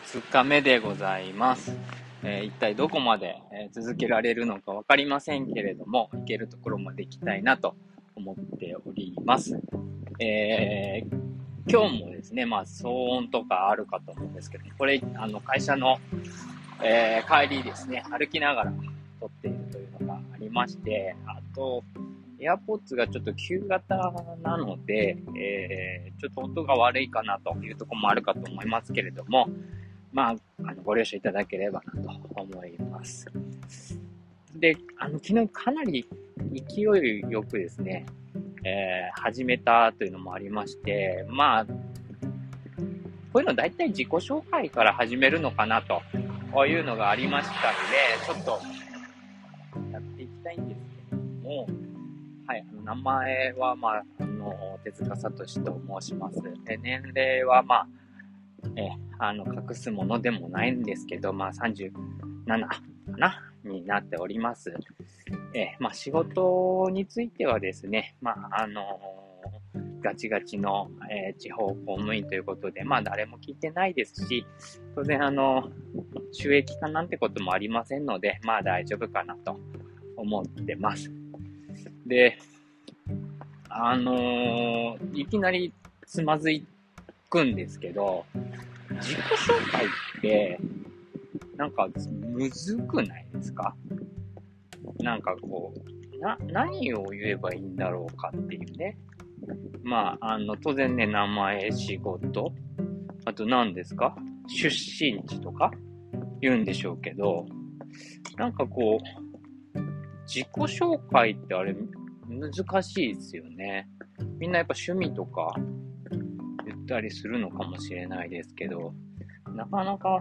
2日目でございます。一体どこまで、続けられるのか分かりませんけれども、行けるところまで行きたいなと思っております。今日もですね、騒音とかあるかと思うんですけど、これ会社の、帰りですね、歩きながら撮っているというのがありまして、あとAirPods がちょっと旧型なので、ちょっと音が悪いかなというところもあるかと思いますけれども、ご了承いただければなと思います。で、昨日かなり勢いよくですね、始めたというのもありまして、こういうの大体自己紹介から始めるのかなというのがありましたので、ちょっとやっていきたいんですけれども、はい、名前は、手塚聡と申します。年齢は、隠すものでもないんですけど、37かなになっております。仕事についてはですね、ガチガチの、地方公務員ということで、誰も聞いてないですし、当然収益化なんてこともありませんので、大丈夫かなと思ってます。で、いきなりつまずくんですけど、自己紹介ってなんかむずくないですか？何を言えばいいんだろうかっていうね。当然ね、名前、仕事、あと何ですか？出身地とか言うんでしょうけど、自己紹介ってあれ難しいですよね。みんなやっぱ趣味とか言ったりするのかもしれないですけど、なかなか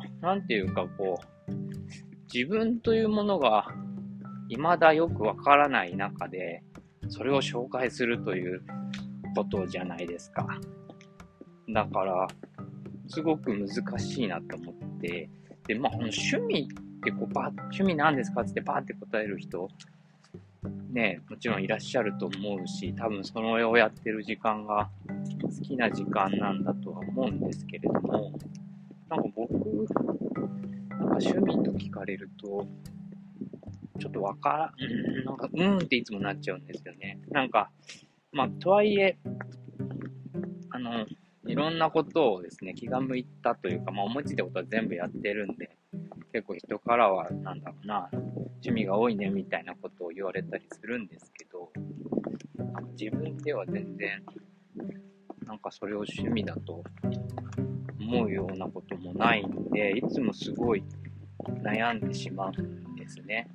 自分というものが未だよくわからない中でそれを紹介するということじゃないですか。だからすごく難しいなと思って、で趣味って趣味なんですかってパーって答える人ね、もちろんいらっしゃると思うし、多分その絵をやってる時間が好きな時間なんだとは思うんですけれども、僕、趣味と聞かれると、ちょっとっていつもなっちゃうんですよね。とはいえ、いろんなことをですね、気が向いたというか、思いついたことは全部やってるんで、結構人からは、趣味が多いねみたいなことを言われたりするんですけど、自分では全然、それを趣味だと思うようなこともないんで、いつもすごい悩んでしまうんですね。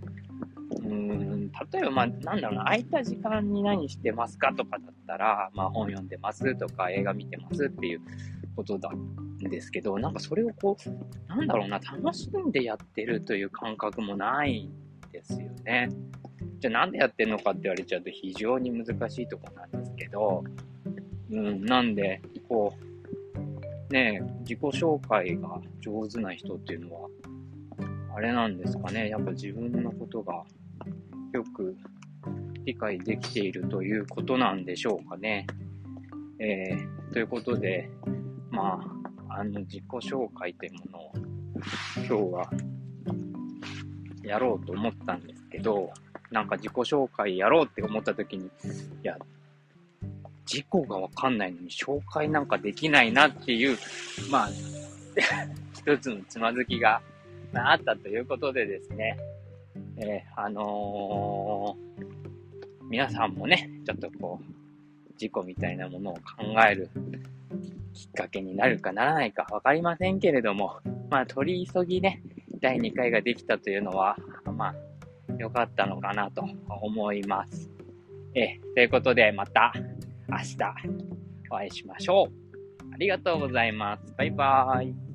例えば、空いた時間に何してますかとかだったら、本読んでますとか映画見てますっていうことなんですけど、それを楽しんでやってるという感覚もないんですよね。じゃあなんでやってんのかって言われちゃうと非常に難しいところなんですけど、なんで、自己紹介が上手な人っていうのは、あれなんですかね、やっぱ自分のことがよく理解できているということなんでしょうかね。ということで、自己紹介というものを今日はやろうと思ったんですけど、自己紹介やろうって思った時に、自己がわかんないのに紹介なんかできないなっていう、一つのつまずきがあったということでですね、皆さんもね、ちょっと自己みたいなものを考えるきっかけになるかならないかわかりませんけれども、取り急ぎね、第2回ができたというのは、良かったのかなと思います。ということで、また明日お会いしましょう。ありがとうございます。バイバーイ。